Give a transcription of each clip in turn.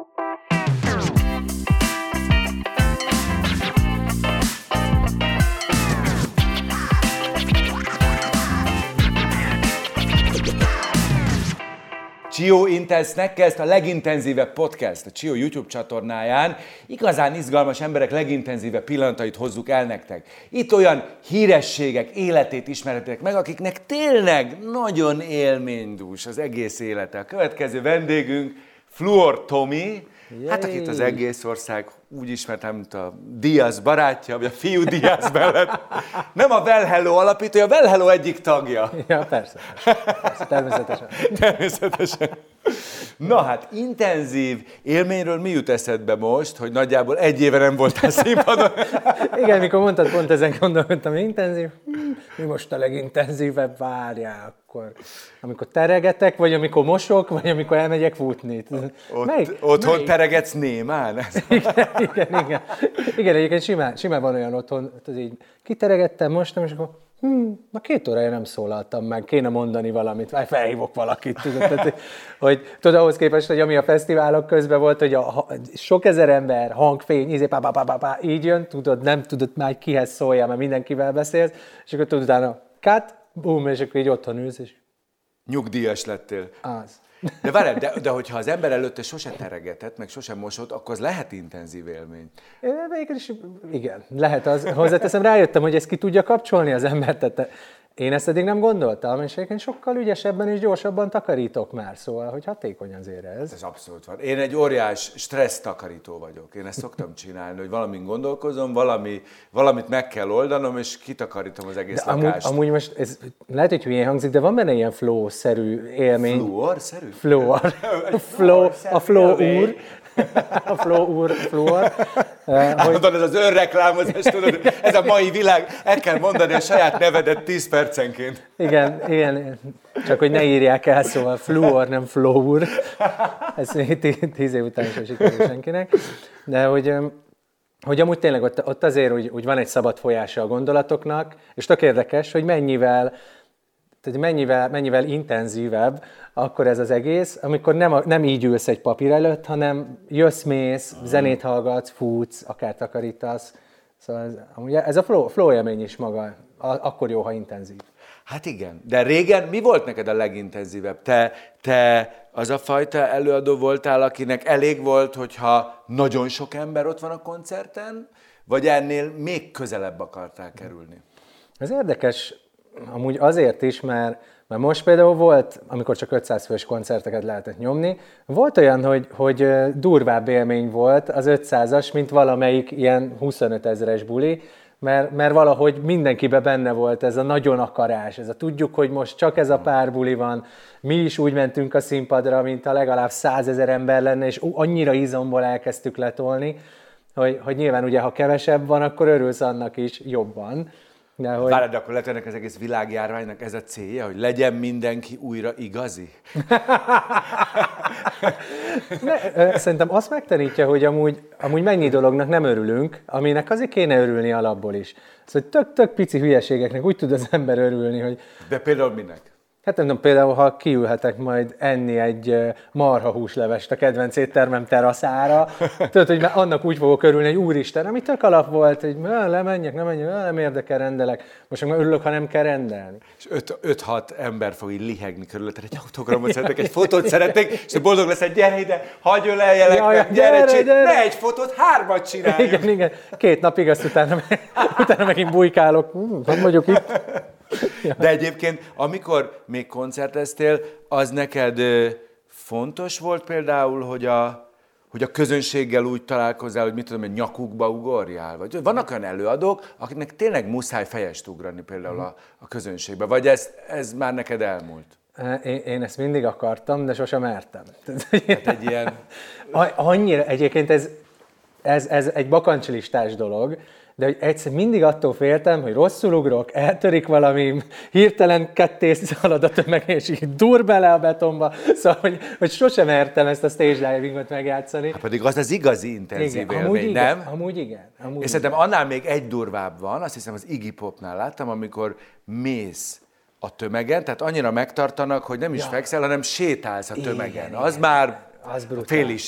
Csió Intense Snackcast, a legintenzívebb podcast a Csió YouTube csatornáján. Igazán izgalmas emberek legintenzívebb pillanatait hozzuk el nektek. Itt olyan hírességek életét ismerhetek meg, akiknek tényleg nagyon élménydús az egész élete. A következő vendégünk Fluor Tomi, hát akit az egész ország úgy ismertem, mint a Diaz barátja, vagy a fiú Diaz mellett. Nem a Well Hello alapítója, a Well Hello egyik tagja. Ja, persze, természetesen. Természetesen. Na hát, intenzív élményről mi jut eszedbe most, hogy nagyjából egy éve nem voltál színpadon? Igen, mikor mondtad, pont ezen gondoltam, hogy intenzív, mi most a legintenzívebb, várjál akkor. Amikor teregetek, vagy amikor mosok, vagy amikor elmegyek futni. Otthon teregetsz némán? Igen, egyébként simán van olyan otthon, hogy így kiteregettem, mostam, és akkor na 2 órája nem szólaltam meg, kéne mondani valamit, vagy felhívok valakit, tudod, tehát, hogy tudod, ahhoz képest, hogy ami a fesztiválok közben volt, hogy sok ezer ember, hangfény, így jön, tudod, nem tudod már kihez szóljál, mert mindenkivel beszélsz, és akkor tudod utána cut, boom, és akkor így otthon ülsz, és... Nyugdíjas lettél. Az. De várj, de hogyha az ember előtte sose teregetett, meg sose mosott, akkor az lehet intenzív élmény. Végülis igen, lehet az. Hozzáteszem, rájöttem, hogy ezt ki tudja kapcsolni az ember. Tehát én ezt eddig nem gondoltam, és egyébként sokkal ügyesebben és gyorsabban takarítok már, szóval, hogy hatékony azért ez. Ez abszolút van. Én egy óriás stressz takarító vagyok. Én ezt szoktam csinálni, hogy valamin gondolkozom, valamit meg kell oldanom, és kitakarítom az egész lakást. Amúgy most, ez lehet, hogy hülyén hangzik, de van benne ilyen flow-szerű élmény. Fluor-szerű? Fluor. A flow úr. A Fluor. Tudod, ez az önreklámozás, tudod, ez a mai világ, el kell mondani a saját nevedet 10 percenként. Igen, csak hogy ne írják el, szóval Fluor, nem Flour. Ez 10 év után sem sikerül senkinek. De hogy amúgy tényleg ott azért úgy van egy szabad folyása a gondolatoknak, és tök érdekes, hogy mennyivel intenzívebb akkor ez az egész, amikor nem így ülsz egy papír előtt, hanem jössz-mész, zenét hallgatsz, futsz, akár takarítasz. Szóval ez a flow élmény is maga, akkor jó, ha intenzív. Hát igen, de régen mi volt neked a legintenzívebb? Te az a fajta előadó voltál, akinek elég volt, hogyha nagyon sok ember ott van a koncerten, vagy ennél még közelebb akartál kerülni? Ez érdekes, amúgy azért is, mert most például volt, amikor csak 500 fős koncerteket lehetett nyomni, volt olyan, hogy durvább élmény volt az 500-as, mint valamelyik ilyen 25 000-es buli, mert valahogy mindenkiben benne volt ez a nagyon akarás, ez a tudjuk, hogy most csak ez a pár buli van, mi is úgy mentünk a színpadra, mint ha legalább 100 000 ember lenne, és annyira izomból elkezdtük letolni, hogy nyilván ugye, ha kevesebb van, akkor örülsz annak is jobban. Várj, de akkor lehet ennek az egész világjárványnak ez a célja, hogy legyen mindenki újra igazi? Szerintem azt megtanítja, hogy amúgy mennyi dolognak nem örülünk, aminek azért kéne örülni alapból is. Szóval tök pici hülyeségeknek úgy tud az ember örülni, hogy... De például minek? Hát nem tudom, például, ha kiülhetek majd enni egy marhahúslevest a kedvenc éttermem teraszára, tudod, hogy már annak úgy fogok örülni, hogy úristen, ami tök alap volt, hogy lemenjek, nem érdekel, rendelek. Most már örülök, ha nem kell rendelni. És 5-6 ember fog így lihegni körülötted, egy autogramot szeretnék, egy fotót szeretnék, és boldog lesz, gyere ide, hagyj öleljelek meg, gyere, ne egy fotót, 3-at csináljunk. Igen, 2 napig, azt utána megint bujkálok, nem vagyok itt. De egyébként, amikor még koncerteztél, az neked fontos volt például, hogy a közönséggel úgy találkozzál, hogy mit tudom, egy nyakukba ugorjál? Vagy vannak olyan előadók, akiknek tényleg muszáj fejest ugrani például a közönségbe, vagy ez már neked elmúlt? Én ezt mindig akartam, de sosem mertem. Hát egy ilyen... Annyira, egyébként ez egy bakancslistás dolog, de hogy egyszer mindig attól féltem, hogy rosszul ugrok, eltörik valami, hirtelen ketté szalad a tömeg, és így dur bele a betonba. Szóval, hogy sosem mertem ezt a stage divingot megjátszani. Hát pedig az igazi intenzív élmény, nem? Amúgy igen. És szerintem annál még egy durvább van, azt hiszem az Iggy Popnál láttam, amikor mész a tömegen, tehát annyira megtartanak, hogy nem is fekszel, hanem sétálsz a tömegen. Igen, az már az félisten.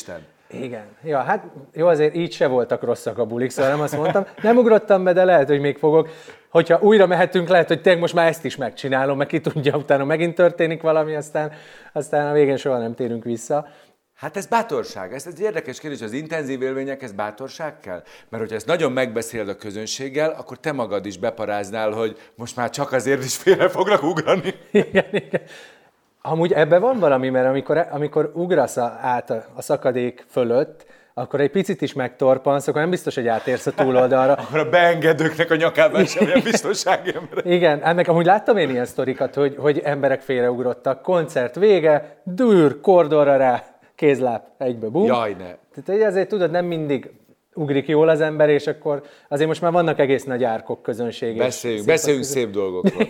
Igen. Ja, hát jó, azért így se voltak rosszak a bulik, szóval nem azt mondtam. Nem ugrottam be, de lehet, hogy még fogok. Hogyha újra mehetünk, lehet, hogy tényleg most már ezt is megcsinálom, meg ki tudja, utána megint történik valami, aztán a végén soha nem térünk vissza. Hát ez bátorság. Ez egy érdekes kérdés, az intenzív élményekhez bátorság kell? Mert hogyha ezt nagyon megbeszéled a közönséggel, akkor te magad is beparáznál, hogy most már csak azért is félre foglak ugrani. Igen. Amúgy ebben van valami, mert amikor ugrasz át a szakadék fölött, akkor egy picit is megtorpansz, akkor nem biztos, hogy átérsz a túloldalra. Akkor a beengedőknek a nyakában sem olyan biztonsági ember. Igen, ennek amúgy láttam én ilyen sztorikat, hogy emberek félreugrottak, koncert vége, dűr, kordonra rá, kézláb, egybe, bum. Jaj, ne. Tehát ezért tudod, nem mindig ugrik jól az ember, és akkor azért most már vannak egész nagy árkok közönségek. Beszéljünk szép dolgokról.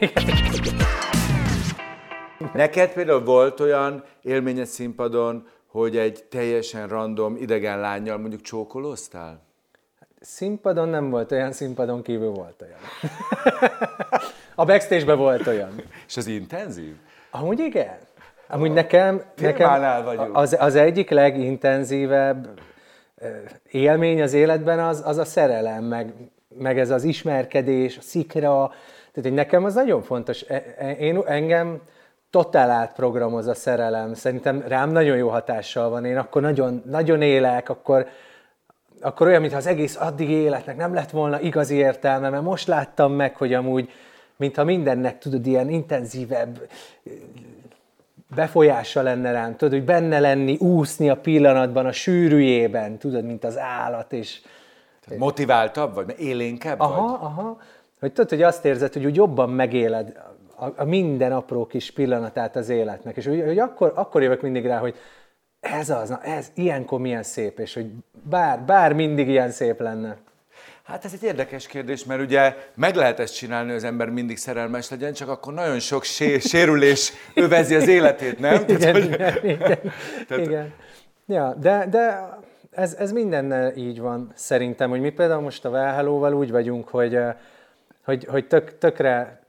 Neked például volt olyan élményed színpadon, hogy egy teljesen random idegen lánnyal mondjuk csókolóztál? Színpadon nem volt olyan, színpadon kívül volt olyan. A backstage-ben volt olyan. És az intenzív? Amúgy igen. Amúgy nekem az egyik legintenzívebb élmény az életben az a szerelem, meg ez az ismerkedés, a szikra. Tehát, hogy nekem az nagyon fontos. Engem totál átprogramoz a szerelem. Szerintem rám nagyon jó hatással van. Én akkor nagyon, nagyon élek, akkor olyan, mintha az egész addigi életnek nem lett volna igazi értelme, mert most láttam meg, hogy amúgy, mintha mindennek, tudod, ilyen intenzívebb befolyása lenne rám, tudod, hogy benne lenni, úszni a pillanatban, a sűrűjében, tudod, mint az állat, és... Motiváltabb vagy? Élénkebb vagy? Aha. Hogy tudod, hogy azt érzed, hogy úgy jobban megéled a minden apró kis pillanatát az életnek, és hogy akkor jövök mindig rá, hogy ez ilyenkor milyen szép, és hogy bár mindig ilyen szép lenne. Hát ez egy érdekes kérdés, mert ugye meg lehet ezt csinálni, hogy az ember mindig szerelmes legyen, csak akkor nagyon sok sérülés övezi az életét, nem? Igen. Ja, de ez mindennel így van szerintem, hogy mi például most a Well Hello-val úgy vagyunk, hogy tökre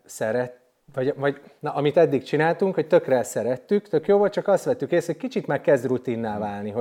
amit eddig csináltunk, hogy tökre szerettük, tök jó volt, csak azt vettük észre, hogy kicsit már kezd rutinná válni,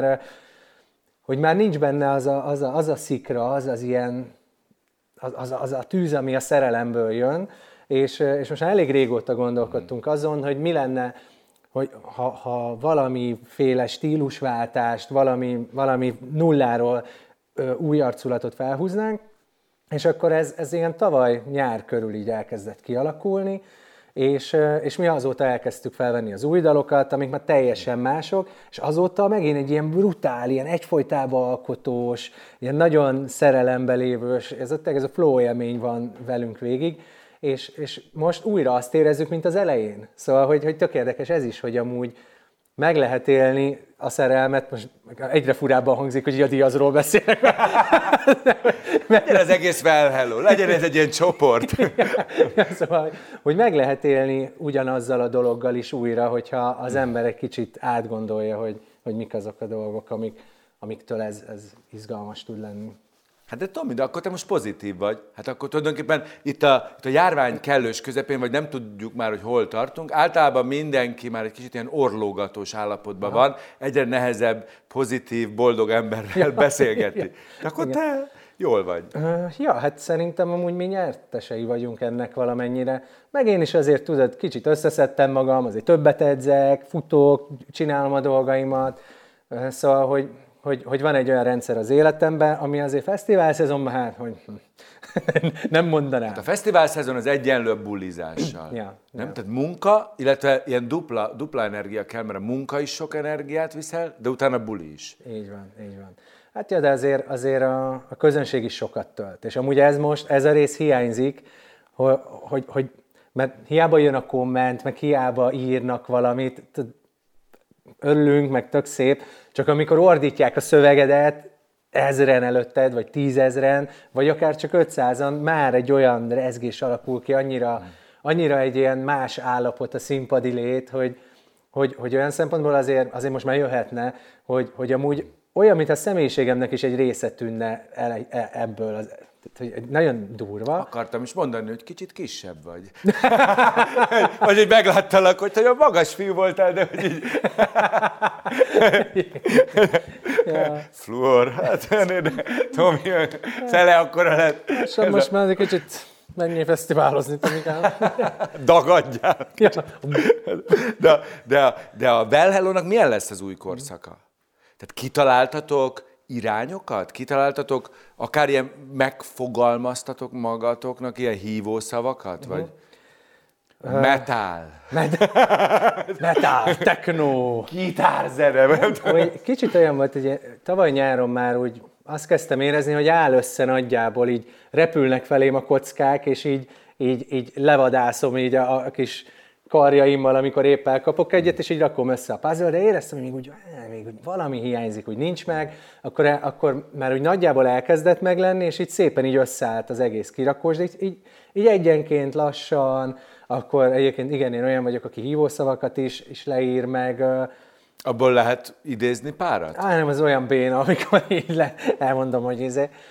hogy már nincs benne az a szikra, az ilyen, az a tűz, ami a szerelemből jön, és most már elég régóta gondolkodtunk azon, hogy mi lenne, hogy ha valamiféle stílusváltást, valami nulláról új arculatot felhúznánk, és akkor ez ilyen tavaly nyár körül így elkezdett kialakulni, és mi azóta elkezdtük felvenni az új dalokat, amik már teljesen mások, és azóta megint egy ilyen brutál, ilyen egyfolytában alkotós, ilyen nagyon szerelembe lévős, ez a flow élmény van velünk végig, és most újra azt érezzük, mint az elején. Szóval, hogy tök érdekes ez is, hogy amúgy meg lehet élni a szerelmet, most egyre furábban hangzik, hogy a Diazról beszélek. Legyen az egész Well Hello, legyen ez egy ilyen csoport. Szóval, hogy meg lehet élni ugyanazzal a dologgal is újra, hogyha az ember egy kicsit átgondolja, hogy mik azok a dolgok, amiktől ez izgalmas tud lenni. Hát de Tomi, de akkor te most pozitív vagy. Hát akkor tulajdonképpen itt a járvány kellős közepén, vagy nem tudjuk már, hogy hol tartunk. Általában mindenki már egy kicsit ilyen orlógatós állapotban van. Egyre nehezebb, pozitív, boldog emberrel beszélgetni. De akkor te jól vagy. Ja, hát szerintem amúgy mi nyertesei vagyunk ennek valamennyire. Meg én is azért, tudod, kicsit összeszedtem magam, azért többet edzek, futok, csinálom a dolgaimat. Szóval, hogy van egy olyan rendszer az életemben, ami azért fesztivál szezonban, hát, hogy nem mondanám. Hát a fesztivál szezon az egyenlő a bulizással. Ja. Tehát munka, illetve ilyen dupla energia kell, mert a munka is sok energiát viszel, de utána a buli is. Így van. Hát ja, de azért a közönség is sokat tölt. És amúgy ez a rész hiányzik, hogy mert hiába jön a komment, meg hiába írnak valamit, örülünk, meg tök szép, csak amikor ordítják a szövegedet 1000-en előtted, vagy 10 000-en, vagy akár csak 500-an, már egy olyan rezgés alakul ki, annyira egy ilyen más állapot a színpadi lét, hogy olyan szempontból azért most már jöhetne, hogy amúgy olyan, mint a személyiségemnek is egy része tűnne ebből. Tehát, nagyon durva. Akartam is mondani, hogy kicsit kisebb vagy. Vagy hogy megláttalak, hogy olyan magas fiú voltál, de hogy így... Fluor, hát Tomi, szele akkora lett. Most már egy kicsit menjél fesztiválozni, Tomikám. Dagadjál. Ja. De a Well Hello-nak milyen lesz az új korszaka? Tehát kitaláltatok irányokat? Kitaláltatok, akár ilyen megfogalmaztatok magatoknak ilyen hívószavakat? Vagy metal? Metal, techno. Gitárzene. Kicsit olyan volt, hogy tavaly nyáron már úgy azt kezdtem érezni, hogy áll össze nagyjából, így repülnek felém a kockák, és így levadászom így a kis karjaimmal, amikor épp elkapok egyet, és így rakom össze a puzzle, de éreztem, hogy még úgy valami hiányzik, úgy nincs meg, akkor már úgy nagyjából elkezdett meglenni, és így szépen így összeállt az egész kirakós, de így egyenként lassan, akkor egyébként igen, én olyan vagyok, aki hívószavakat is leír meg. Abból lehet idézni párat? Nem, az olyan béna, amikor így elmondom, hogy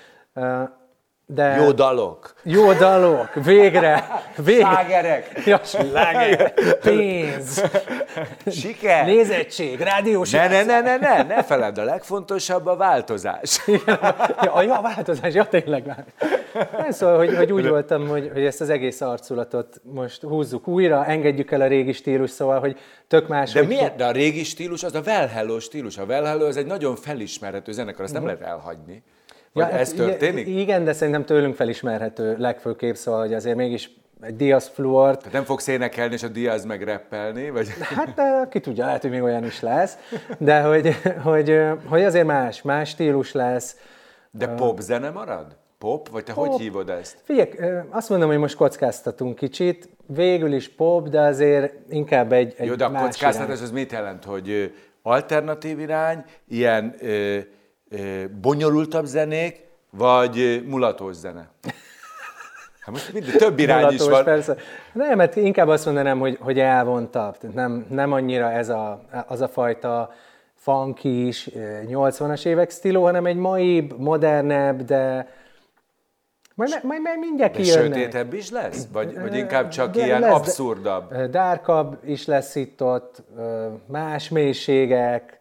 de... Jó dalok. Jó dalok, végre. Slágerek. Ja, sláger. Pénz. Siker. Nézettség, rádiós. Ne feledd, a legfontosabb a változás. Ja, változás, ja tényleg már. Szóval, hogy úgy voltam, hogy ezt az egész arculatot most húzzuk újra, engedjük el a régi stílus, szóval, hogy tök más. De miért? De a régi stílus az a Well Hello stílus. A Well Hello az egy nagyon felismerhető zenekar, azt nem lehet elhagyni. Ja, ez történik? Igen, de szerintem tőlünk felismerhető legfőképp, szóval, hogy azért mégis egy Diaz Fluort. Tehát nem fogsz énekelni, és a Diaz meg rappelni? Vagy? Hát ki tudja, lehet, hogy még olyan is lesz, de hogy azért más stílus lesz. De pop zene marad? Pop? Vagy te hogy hívod ezt? Figyelj, azt mondom, hogy most kockáztatunk kicsit, végül is pop, de azért inkább egy jó, de a kockáztatás az mit jelent, hogy alternatív irány, ilyen... bonyolultabb zenék, vagy mulatós zene? Hát most több irány mulatós, is van. Persze. Nem, mert inkább azt mondanám, hogy elvontabb. Nem annyira az a fajta funkis, 80-as évek stíló, hanem egy maibb, modernebb, de majd mindjárt kijönnek. De sötétebb is lesz? Vagy inkább csak ilyen lesz, abszurdabb? Darkabb is lesz itt-ott, más mélységek,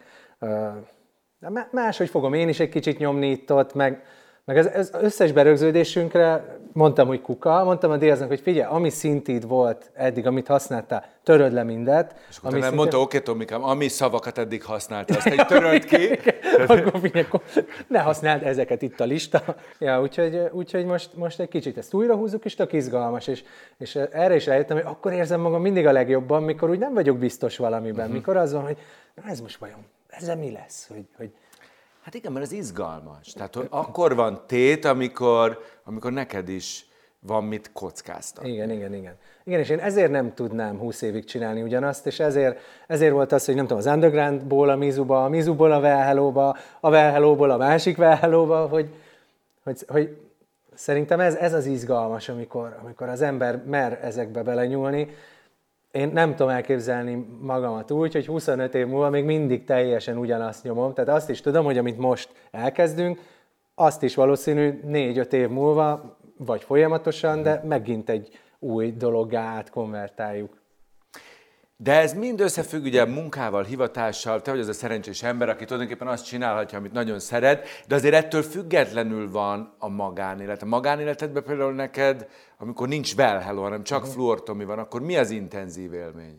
máshogy fogom én is egy kicsit nyomni itt-ott, meg az összes berögződésünkre mondtam, hogy kuka, mondtam a Diaznak, hogy figyelj, ami szintid volt eddig, amit használtál, töröd le mindet. És akkor nem mondta, oké, Tomikám, ami szavakat eddig használtál, azt egy töröd ki. Akkor figyelj, ne használd ezeket itt a lista. Ja, úgyhogy most egy kicsit ezt újra húzzuk, és tök izgalmas, és erre is rájöttem, hogy akkor érzem magam mindig a legjobban, mikor úgy nem vagyok biztos valamiben, mikor az van, hogy ez most vajon, ezzel mi lesz, hogy hát igen, mert ez izgalmas. Tehát akkor van tét, amikor neked is van mit kockáztatni. Igen. Igen, és én ezért nem tudnám 20 évig csinálni ugyanazt, és ezért volt az, hogy nem tudom, az undergroundból a Mizuba, a Mizuból a Well Hello-ba, a Well Hello-ból a másik Well Hello-ba, hogy szerintem ez az izgalmas, amikor az ember mer ezekbe belenyúlni. Én nem tudom elképzelni magamat úgy, hogy 25 év múlva még mindig teljesen ugyanazt nyomom. Tehát azt is tudom, hogy amit most elkezdünk, azt is valószínű 4-5 év múlva, vagy folyamatosan, de megint egy új dologgá átkonvertáljuk. De ez mind összefügg ugye munkával, hivatással, te vagy az a szerencsés ember, aki tulajdonképpen azt csinálhatja, amit nagyon szeret, de azért ettől függetlenül van a magánélet. A magánéletedben például neked, amikor nincs Well Hello, hanem csak Fluor Tomi van, akkor mi az intenzív élmény?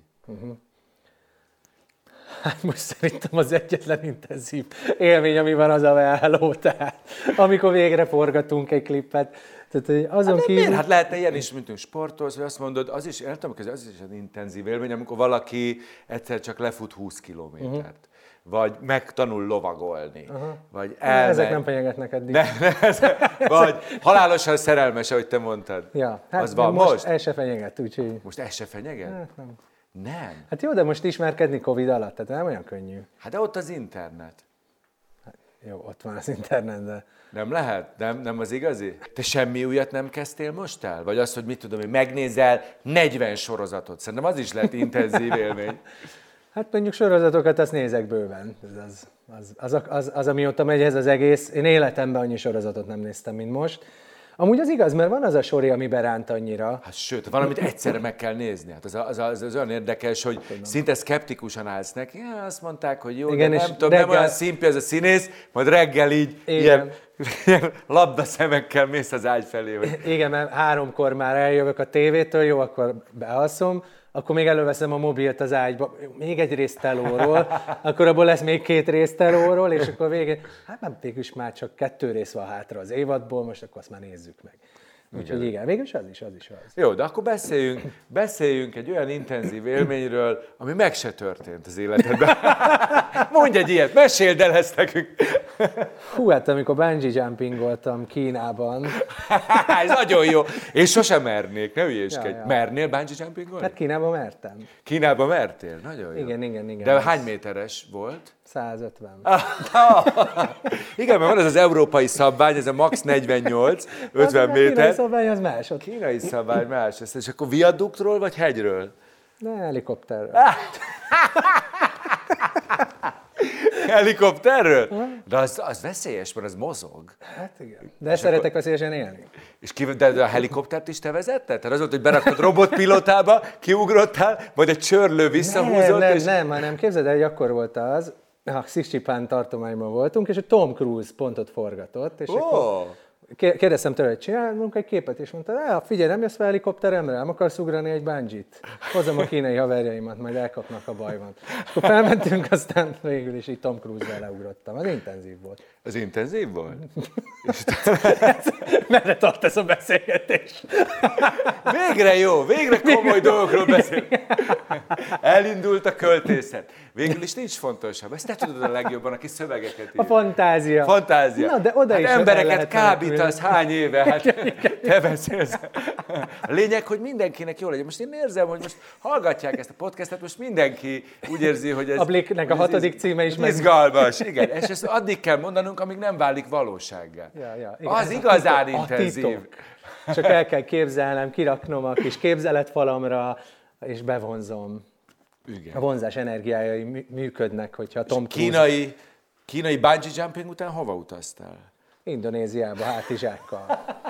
Hát most szerintem az egyetlen intenzív élmény, ami van, az a Well Hello, tehát amikor végre forgatunk egy klippet. Tehát azon hát kívül... Hát lehetne ilyen is, mint sportolsz, hogy azt mondod, az is, értem, az is egy intenzív élmény, amikor valaki egyszer csak lefut 20 kilométert, vagy megtanul lovagolni, vagy elmegy. Ezek nem fenyegetnek eddig. Vagy halálosan szerelmes, ahogy te mondtad. Ja, hát az van most? Ez se fenyeget, úgyhogy... Most ez se fenyeget? Hát nem. Nem. Hát jó, de most ismerkedni Covid alatt, tehát nem olyan könnyű. Hát de ott az internet. Hát, jó, ott van az internet, de... Nem lehet? Nem az igazi? Te semmi újat nem kezdtél most el? Vagy az, hogy mit tudom, hogy megnézel 40 sorozatot? Szerintem az is lehet intenzív élmény. Hát mondjuk sorozatokat azt nézek bőven. Az amióta megy ez az egész. Én életemben annyi sorozatot nem néztem, mint most. Amúgy az igaz, mert van az a sori, ami beránt annyira. Hát sőt, valamit egyszerre meg kell nézni. Hát az olyan érdekes, hogy szinte szkeptikusan állsz neki. Ja, azt mondták, hogy jó, igen, de nem tudom, nem olyan szimpi ez a színész, majd reggel így ilyen labdaszemekkel mész az ágy felé. Hogy... Igen, mert 3-kor már eljövök a tévétől, jó, akkor bealszom, akkor még előveszem a mobilt az ágyba, még egy részt telóról, akkor abból lesz még 2 rész telóról, és akkor végén, hát nem, végülis már csak 2 rész van hátra az évadból, most akkor azt már nézzük meg. Úgyhogy igen, végülis az is az. Jó, de akkor beszéljünk egy olyan intenzív élményről, ami meg se történt az életedben. Mondj egy ilyet, meséld el ezt nekünk. Hú, hát amikor bungee jumpingoltam Kínában. Ez nagyon jó. Én sosem mernék, ne hülyéskedj. Ja. Mernél bungee jumpingolni? Hát Kínában mertem. Kínában mertél? Nagyon jó. Igen. De hány méteres volt? 150. Igen, mert van ez az európai szabvány, ez a max 48, 50 méter. A kínai szabvány az más. Kínai szabvány más. És akkor viaduktról vagy hegyről? Ne, helikopterről. Helikopterről? De az veszélyes, mert az mozog. Hát igen. De szeretek veszélyesen élni. És de a helikoptert is te vezetted? Tehát az volt, hogy beraktad robotpilotába, kiugrottál, vagy egy csörlő visszahúzott? Nem. Képzeld el, hogy akkor volt az, Szikszcsipán tartományban voltunk, és a Tom Cruise pontot forgatott, és akkor kérdeztem tőle, hogy csinálunk egy képet, és mondta, figyelj, nem jössz fel helikopteremre, nem akarsz ugrani egy bungee-t? Hozzam a kínai haverjaimat, majd elkapnak, ha baj van. Akkor felmentünk, aztán végül is így Tom Cruise-vel leugrottam. Az intenzív volt. Az intenzív volt? Merre tart ez a beszélgetés? Végre jó, végre komoly dolgokról beszél. Elindult a költészet. Végül is nincs fontosabb. Ezt te tudod a legjobban, aki szövegeket ír. A fantázia. Na, de oda is embereket kábítasz hány éve, hát te beszélsz. A lényeg, hogy mindenkinek jól legyen. Most én érzem, hogy most hallgatják ezt a podcastet, most mindenki úgy érzi, hogy ez... A Blicknek a 6. címe is izgalmas, igen. És ezt addig kell mondanunk, amíg nem válik valósággá. Ja, az igazán intenzív. Csak el kell képzelnem, kiraknom a kis képzeletfalamra, és bevonzom. Igen. A vonzás energiájai működnek, hogyha Tom Cruise... Kínai bungee jumping után hova utaztál? Indonéziába, hátizsákkal.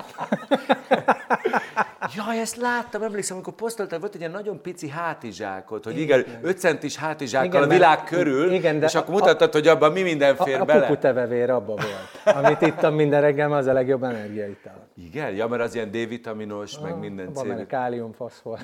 Jaj, ezt láttam, emlékszem, amikor posztoltál, volt egy ilyen nagyon pici hátizsákot, hogy igen 5 centis hátizsákkal a világ körül, igen, és akkor mutattad, hogy abban mi minden fér bele. A puputevevér abba volt, amit ittam minden reggel, az a legjobb energiaital. Igen? Ja, mert az ilyen D-vitaminos, meg minden célú. Abban kálium, foszfor.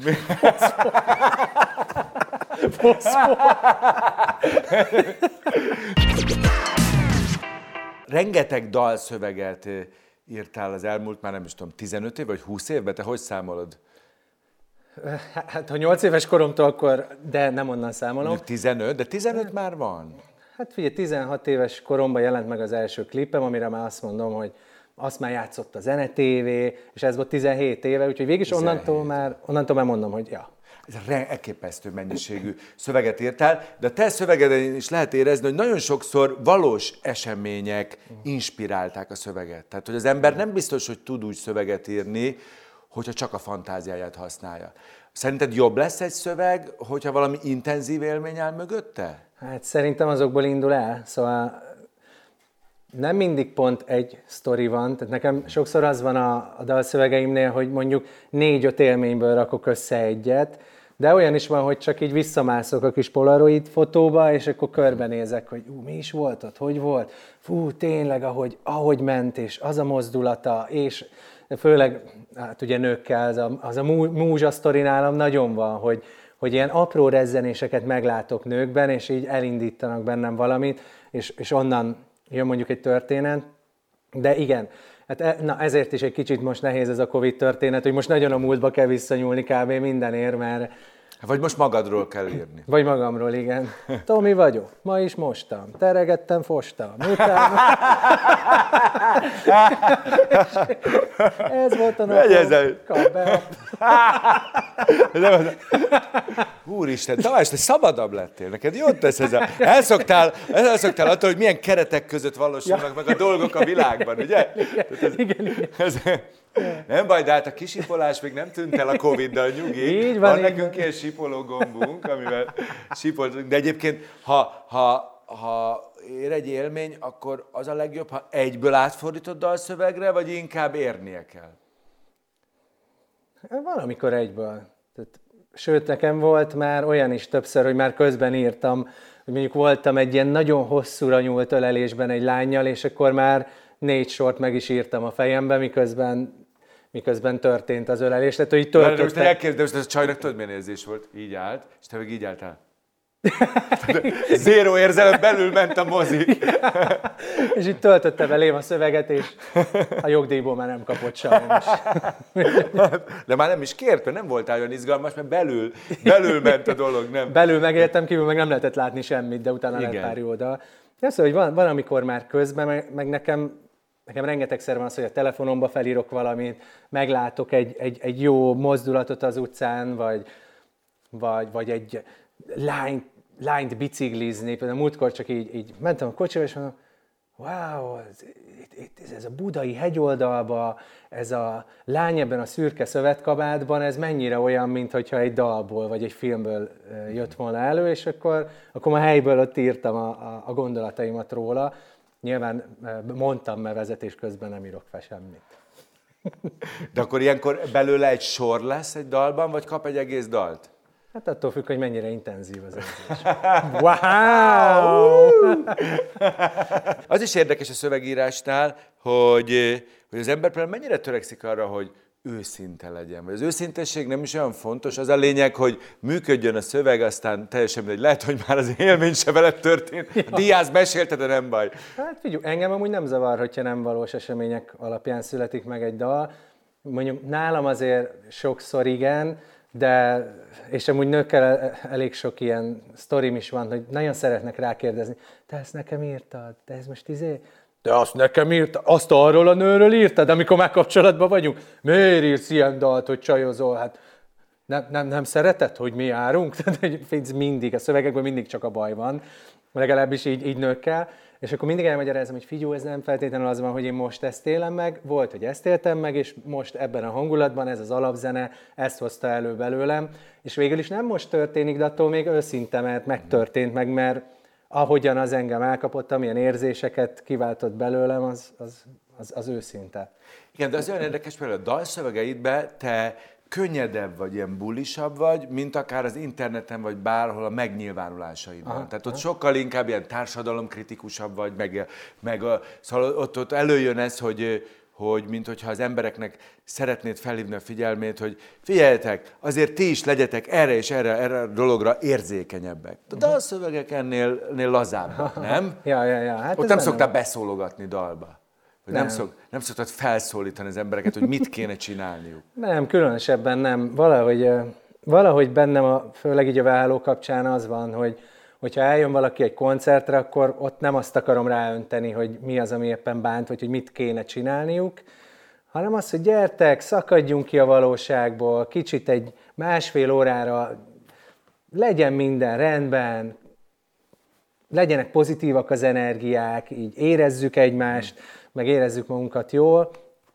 Rengeteg dalszöveget írtál az elmúlt, már nem is tudom, 15 év vagy 20 évben? Te hogy számolod? Hát, ha 8 éves koromtól, akkor, de nem onnan számolom. 15, de 15 már van. Hát figyelj, 16 éves koromban jelent meg az első klipem, amire már azt mondom, hogy azt már játszott a Zene TV, és ez volt 17 éve, úgyhogy végig onnantól már mondom, hogy ja. Ez elképesztő mennyiségű szöveget írtál, de a te szövegeden is lehet érezni, hogy nagyon sokszor valós események inspirálták a szöveget. Tehát, hogy az ember nem biztos, hogy tud úgy szöveget írni, hogyha csak a fantáziáját használja. Szerinted jobb lesz egy szöveg, hogyha valami intenzív élmény áll mögötte? Hát szerintem azokból indul el, szóval nem mindig pont egy sztori van, tehát nekem sokszor az van a dalszövegeimnél, hogy mondjuk 4-5 élményből rakok össze egyet, de olyan is van, hogy csak így visszamászok a kis polaroid fotóba, és akkor körbenézek, hogy mi is volt ott, hogy volt? Fú, tényleg, ahogy ment, és az a mozdulata, és főleg, hát ugye nőkkel, az a múzsa sztori nálam nagyon van, hogy ilyen apró rezzenéseket meglátok nőkben, és így elindítanak bennem valamit, és onnan jön mondjuk egy történet, de igen, hát ezért is egy kicsit most nehéz ez a Covid történet, hogy most nagyon a múltba kell visszanyúlni kb. Mindenért, mert... Vagy most magadról kell írni. Vagy magamról, igen. Tomi vagyok, ma is mostam, teregettem, fostam, utána... Ez volt a napom, kap be. Úristen, Tamás, te szabadabb lettél, neked jót tesz ez a... Elszoktál attól, hogy milyen keretek között valósulnak meg a dolgok a világban, ugye? Igen. Nem baj, de hát a kisipolás még nem tűnt el a Covid-dal, nyugi. Így van nekünk ilyen sipoló gombunk, amivel sipoltunk. De egyébként, ha ér egy élmény, akkor az a legjobb, ha egyből átfordítod dalszövegre, vagy inkább érnie kell? Valamikor egyből. Tehát, sőt, nekem volt már olyan is többször, hogy már közben írtam, hogy mondjuk voltam egy ilyen nagyon hosszúra nyúlt ölelésben egy lánnyal, és akkor már 4 sort meg is írtam a fejembe, miközben történt az ölelés. Tehát, hogy így töltöttek... Most elkérdem, hogy ez a csajnak tudod, milyen érzés volt? Így állt, és te meg így álltál. Zéró érzelem, belül ment a mozi. És itt töltötte belém a szöveget, és a jogdíjból már nem kapott sajnos. De már nem is kért, mert nem voltál olyan izgalmas, mert belül ment a dolog, nem? Belül megéltem, kívül meg nem lehetett látni semmit, de utána lett pár jó oldal. Szóval, hogy van, amikor már közben, meg nekem rengetegszer van az, hogy a telefonomba felírok valamit, meglátok egy jó mozdulatot az utcán, vagy egy lányt biciklizni. Például múltkor csak így mentem a kocsival, és mondom, wow, ez a budai hegyoldalba, ez a lány ebben a szürke szövetkabátban, ez mennyire olyan, mintha egy dalból vagy egy filmből jött volna elő, és akkor a helyből ott írtam a gondolataimat róla. Nyilván mondtam, mert vezetés közben nem írok fel semmit. De akkor ilyenkor belőle egy sor lesz egy dalban, vagy kap egy egész dalt? Hát attól függ, hogy mennyire intenzív az érzés. Wow! Az is érdekes a szövegírásnál, hogy az ember például mennyire törekszik arra, hogy őszinte legyen. Vagy az őszintesség nem is olyan fontos, az a lényeg, hogy működjön a szöveg, aztán teljesen mindegy, lehet, hogy már az élmény se veled történt. A Díjász mesélte, de nem baj. Hát figyelj, engem amúgy nem zavar, hogyha nem valós események alapján születik meg egy dal. Mondjuk nálam azért sokszor igen, de, és amúgy nőkkel elég sok ilyen sztorim is van, hogy nagyon szeretnek rákérdezni, te ezt nekem írtad, te ez most de azt nekem írtad, azt arról a nőről írtad, amikor már kapcsolatban vagyunk? Miért írsz ilyen dalt, hogy csajozol? Hát nem szereted, hogy mi járunk? Tehát mindig, a szövegekben mindig csak a baj van, legalábbis így nőkkel. És akkor mindig elmagyarázom, hogy figyelj, ez nem feltétlenül az van, hogy én most ezt élem meg, volt, hogy ezt éltem meg, és most ebben a hangulatban ez az alapzene, ezt hozta elő belőlem. És végül is nem most történik, de attól még őszinte, mert megtörtént meg, mert ahogyan az engem elkapott, amilyen érzéseket kiváltott belőlem, az őszinte. Igen, de az olyan érdekes, például a dalszövegeidben te könnyedebb vagy, ilyen bulisabb vagy, mint akár az interneten vagy bárhol a megnyilvánulásaidban. Tehát ott sokkal inkább ilyen társadalomkritikusabb vagy, szóval ott előjön ez, hogy mint hogyha az embereknek szeretnéd felhívni a figyelmét, hogy figyeljetek, azért ti is legyetek erre és erre a dologra érzékenyebbek. A dalszövegek ennél lazábbak, nem? Ja. Hát ott nem szoktál beszólogatni dalba. Nem szoktad felszólítani az embereket, hogy mit kéne csinálniuk. Nem, különösebben nem. Valahogy bennem, főleg így a vállaló kapcsán az van, hogyha eljön valaki egy koncertre, akkor ott nem azt akarom ráönteni, hogy mi az, ami éppen bánt, vagy hogy mit kéne csinálniuk, hanem az, hogy gyertek, szakadjunk ki a valóságból, kicsit egy 1,5 órára legyen minden rendben, legyenek pozitívak az energiák, így érezzük egymást, meg érezzük magunkat jól,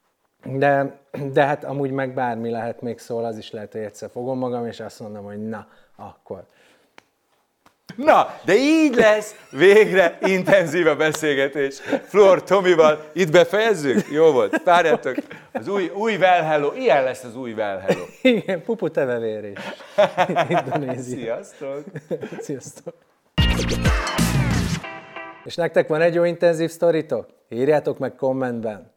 de hát amúgy meg bármi lehet még szól, az is lehet, hogy egyszer fogom magam, és azt mondom, hogy na, akkor. Na, de így lesz végre intenzív a beszélgetés. Flor Tomival itt befejezzük? Jó volt, várjátok. Az új Well Hello, ilyen lesz az új Well Hello. Igen, pupu tevevérés. Indonézia. Sziasztok! Sziasztok! És nektek van egy jó intenzív sztoritok? Írjátok meg kommentben.